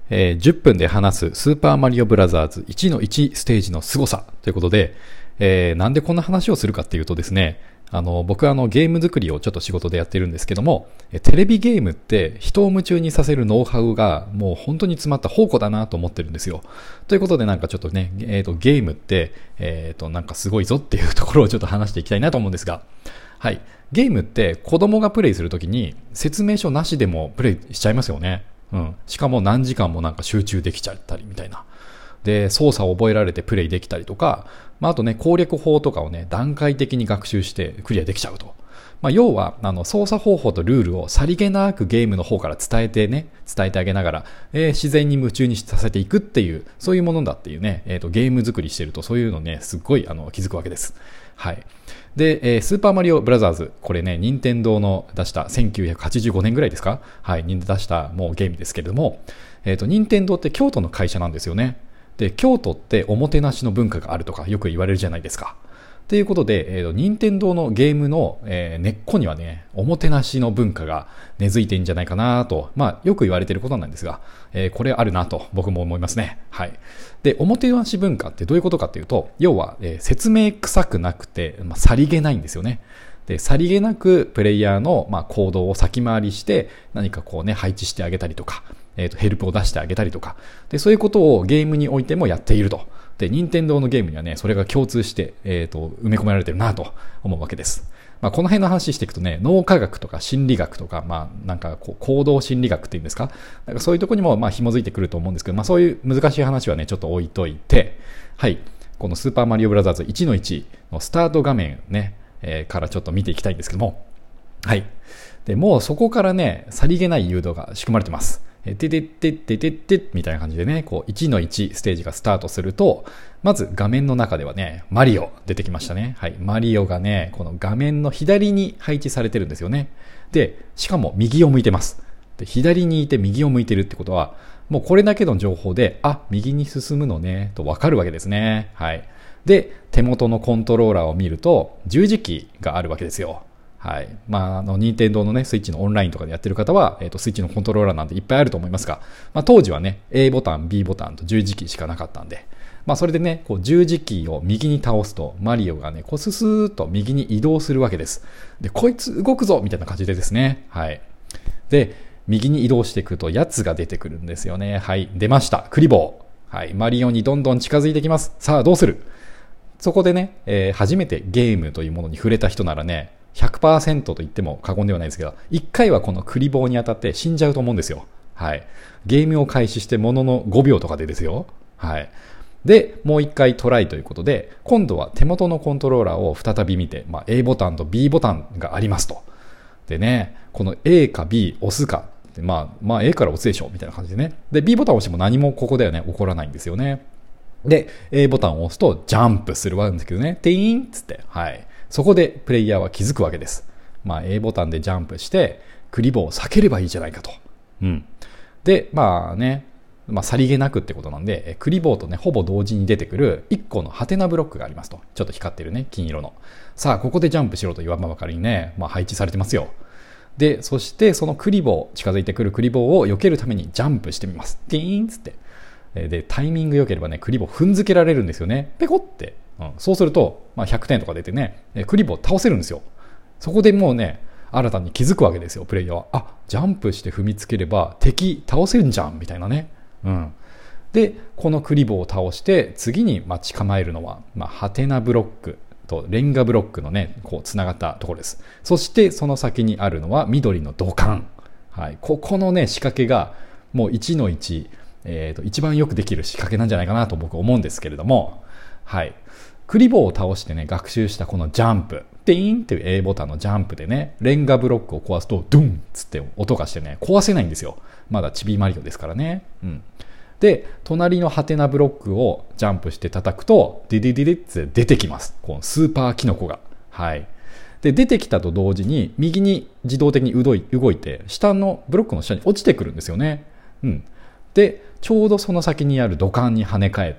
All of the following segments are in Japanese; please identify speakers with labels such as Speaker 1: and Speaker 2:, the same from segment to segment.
Speaker 1: 10分で話すスーパーマリオブラザーズ1の1ステージの凄さということで、なんでこんな話をするかっていうとですね、僕はゲーム作りをちょっと仕事でやってるんですけども、テレビゲームって人を夢中にさせるノウハウがもう本当に詰まった宝庫だなと思ってるんですよ。ということでなんかちょっとね、ゲームって、なんかすごいぞっていうところをちょっと話していきたいなと思うんですが、はい。ゲームって子供がプレイするときに説明書なしでもプレイしちゃいますよね。うん。しかも何時間もなんか集中できちゃったりみたいな。で、操作を覚えられてプレイできたりとか、あとね、攻略法とかをね、段階的に学習してクリアできちゃうと。要は、操作方法とルールをさりげなくゲームの方から伝えてあげながら、自然に夢中にさせていくっていう、そういうものだっていうね、ゲーム作りしてるとそういうのね、すっごい気づくわけです。はい。で、スーパーマリオブラザーズ、これね、任天堂の出した1985年ぐらいですか？はい、に出したもうゲームですけれども、任天堂って京都の会社なんですよね。で、京都っておもてなしの文化があるとかよく言われるじゃないですか。ということで、任天堂のゲームの、根っこにはね、おもてなしの文化が根付いてるんじゃないかなと、よく言われていることなんですが、これあるなと僕も思いますね。はい。で、おもてなし文化ってどういうことかっていうと、要は、説明臭くなくて、さりげないんですよね。で、さりげなくプレイヤーの、行動を先回りして何かこうね、配置してあげたりとか、ヘルプを出してあげたりとか、で、そういうことをゲームにおいてもやっていると。で、任天堂のゲームにはね、それが共通して、埋め込められてるなと思うわけです。この辺の話していくとね、脳科学とか心理学とか、なんかこう行動心理学っていうんですか、なんかそういうところにも紐づいてくると思うんですけど、そういう難しい話はね、ちょっと置いといて、はい、このスーパーマリオブラザーズ1の1のスタート画面ね、からちょっと見ていきたいんですけども、はい。で、もうそこからね、さりげない誘導が仕組まれてます。ててってっててってみたいな感じでね、こう1の1ステージがスタートすると、まず画面の中ではね、マリオ出てきましたね。はい。マリオがね、この画面の左に配置されてるんですよね。で、しかも右を向いてます。で、左にいて右を向いてるってことは、もうこれだけの情報で、右に進むのね、とわかるわけですね。はい。で、手元のコントローラーを見ると、十字キーがあるわけですよ。はい。任天堂のね、スイッチのオンラインとかでやってる方は、スイッチのコントローラーなんていっぱいあると思いますが、当時はね、A ボタン、B ボタンと十字キーしかなかったんで、それでね、こう十字キーを右に倒すと、マリオがね、こうスーッと右に移動するわけです。で、こいつ動くぞみたいな感じでですね。はい。で、右に移動していくと、やつが出てくるんですよね。はい。出ました。クリボー。はい。マリオにどんどん近づいてきます。さあ、どうする？そこでね、初めてゲームというものに触れた人ならね、100% と言っても過言ではないですけど、1回はこのクリボーに当たって死んじゃうと思うんですよ。はい。ゲームを開始してものの5秒とかでですよ。はい。で、もう1回トライということで、今度は手元のコントローラーを再び見て、A ボタンと B ボタンがありますと。でね、この A か B 押すかって、A から押すでしょみたいな感じでね。で、B ボタンを押しても何もここではね、起こらないんですよね。で、A ボタンを押すとジャンプするわけですけどね。ティーンっつって、はい。そこでプレイヤーは気づくわけです。A ボタンでジャンプして、クリボーを避ければいいじゃないかと。うん。で、さりげなくってことなんで、クリボーとね、ほぼ同時に出てくる1個のハテナブロックがありますと。ちょっと光ってるね、金色の。さあ、ここでジャンプしろと言わんばかりにね、配置されてますよ。で、そしてそのクリボー、近づいてくるクリボーを避けるためにジャンプしてみます。ティーンっつって。で、タイミング良ければね、クリボー踏んづけられるんですよね。ペコって。そうすると、100点とか出てね、クリボー倒せるんですよ。そこでもうね、新たに気づくわけですよ、プレイヤーは。ジャンプして踏みつければ敵倒せるんじゃんみたいなね。うん。で、このクリボーを倒して、次に待ち構えるのは、ハテナブロックとレンガブロックのね、こう繋がったところです。そしてその先にあるのは緑の土管。はい。ここのね、仕掛けがもう1の1、一番よくできる仕掛けなんじゃないかなと僕思うんですけれども、はい。クリボーを倒してね、学習したこのジャンプ。ディーンっていう A ボタンのジャンプでね、レンガブロックを壊すと、ドゥンっつって音がしてね、壊せないんですよ。まだチビマリオですからね。うん。で、隣のハテナブロックをジャンプして叩くと、ディディディディって出てきます。このスーパーキノコが。はい。で、出てきたと同時に、右に自動的に動いて、下のブロックの下に落ちてくるんですよね。うん。で、ちょうどその先にある土管に跳ね返って、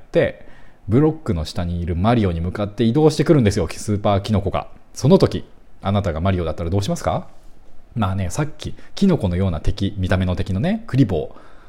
Speaker 1: ブロックの下にいるマリオに向かって移動してくるんですよ、スーパーキノコが。その時、あなたがマリオだったらどうしますか？さっき、キノコのような敵、見た目の敵のね、クリボー。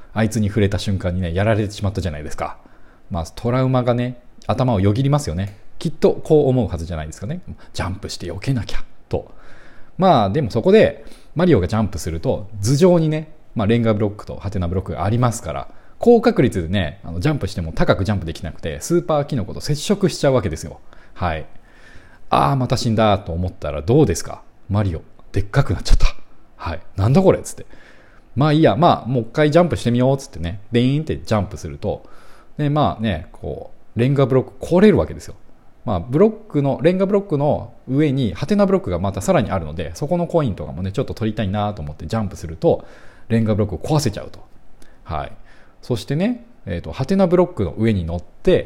Speaker 1: あいつに触れた瞬間にね、やられてしまったじゃないですか。まあ、トラウマがね、頭をよぎりますよね。きっとこう思うはずじゃないですかね。ジャンプして避けなきゃ、と。まあ、でもそこで、マリオがジャンプすると、頭上にね、まあ、レンガブロックとハテナブロックがありますから、高確率でね、ジャンプしても高くジャンプできなくて、スーパーキノコと接触しちゃうわけですよ。はい。ああ、また死んだと思ったらどうですか？マリオ、でっかくなっちゃった。はい。なんだこれっつって。まあいいや、まあもう一回ジャンプしてみようっつってね、ベーンってジャンプすると、で、まあね、こう、レンガブロック壊れるわけですよ。まあ、レンガブロックの上にハテナブロックがまたさらにあるので、そこのコインとかもね、ちょっと取りたいなと思ってジャンプすると、レンガブロックを壊せちゃうと。はい。そしてね、ハテナブロックの上に乗って、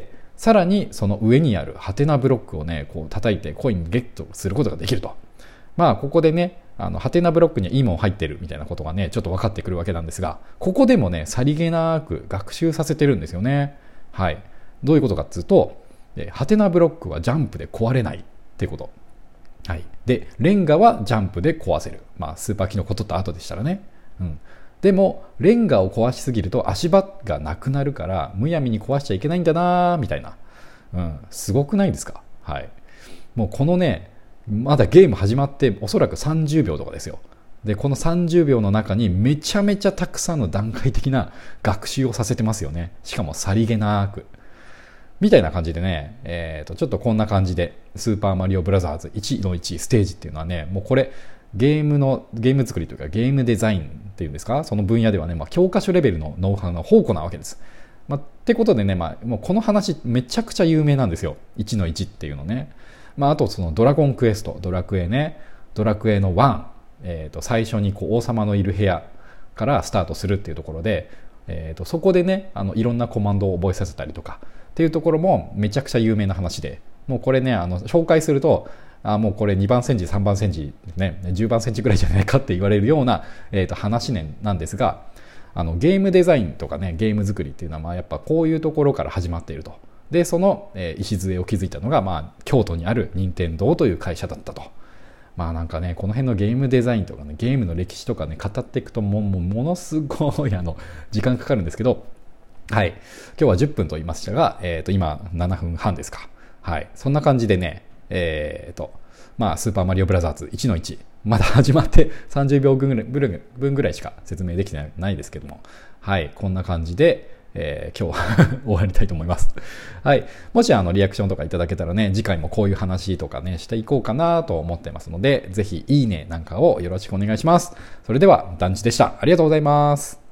Speaker 1: さらにその上にあるハテナブロックをね、こう叩いてコインゲットすることができると。まあ、ここでね、ハテナブロックにはいいもん入ってるみたいなことがね、ちょっと分かってくるわけなんですが、ここでもね、さりげなく学習させてるんですよね。はい。どういうことかっていうと、ハテナブロックはジャンプで壊れないってこと。はい。で、レンガはジャンプで壊せる。まあ、スーパーキノコ取った後でしたらね。うん。でも、レンガを壊しすぎると足場がなくなるから、むやみに壊しちゃいけないんだなみたいな。うん。すごくないですか？はい。もうこのね、まだゲーム始まっておそらく30秒とかですよ。で、この30秒の中にめちゃめちゃたくさんの段階的な学習をさせてますよね。しかもさりげなく。みたいな感じでね、ちょっとこんな感じで、スーパーマリオブラザーズ1の1ステージっていうのはね、もうこれ、ゲーム作りというかゲームデザインっていうんですか、その分野ではね、まあ、教科書レベルのノウハウの宝庫なわけです。まあ、ってことでね、まあ、もうこの話めちゃくちゃ有名なんですよ。1の1っていうのね。まあ、あとそのドラゴンクエスト、ドラクエね、ドラクエの1、最初にこう王様のいる部屋からスタートするっていうところで、そこでね、いろんなコマンドを覚えさせたりとかっていうところもめちゃくちゃ有名な話で、もうこれね、紹介すると、もうこれ2番センチ、3番センチ、ね、10番センチぐらいじゃないかって言われるような、話なんですが、ゲームデザインとかね、ゲーム作りっていうのは、まあやっぱこういうところから始まっていると。で、その、礎を築いたのが、まあ、京都にある任天堂という会社だったと。まあなんかね、この辺のゲームデザインとかね、ゲームの歴史とかね、語っていくとものすごい時間かかるんですけど、はい。今日は10分と言いましたが、今7分半ですか。はい。そんな感じでね、まあ、スーパーマリオブラザーズ1の1。まだ始まって30秒分ぐらいしか説明できてないですけども。はい。こんな感じで、今日は終わりたいと思います。はい。もしリアクションとかいただけたらね、次回もこういう話とかね、していこうかなと思ってますので、ぜひいいねなんかをよろしくお願いします。それでは、団地でした。ありがとうございます。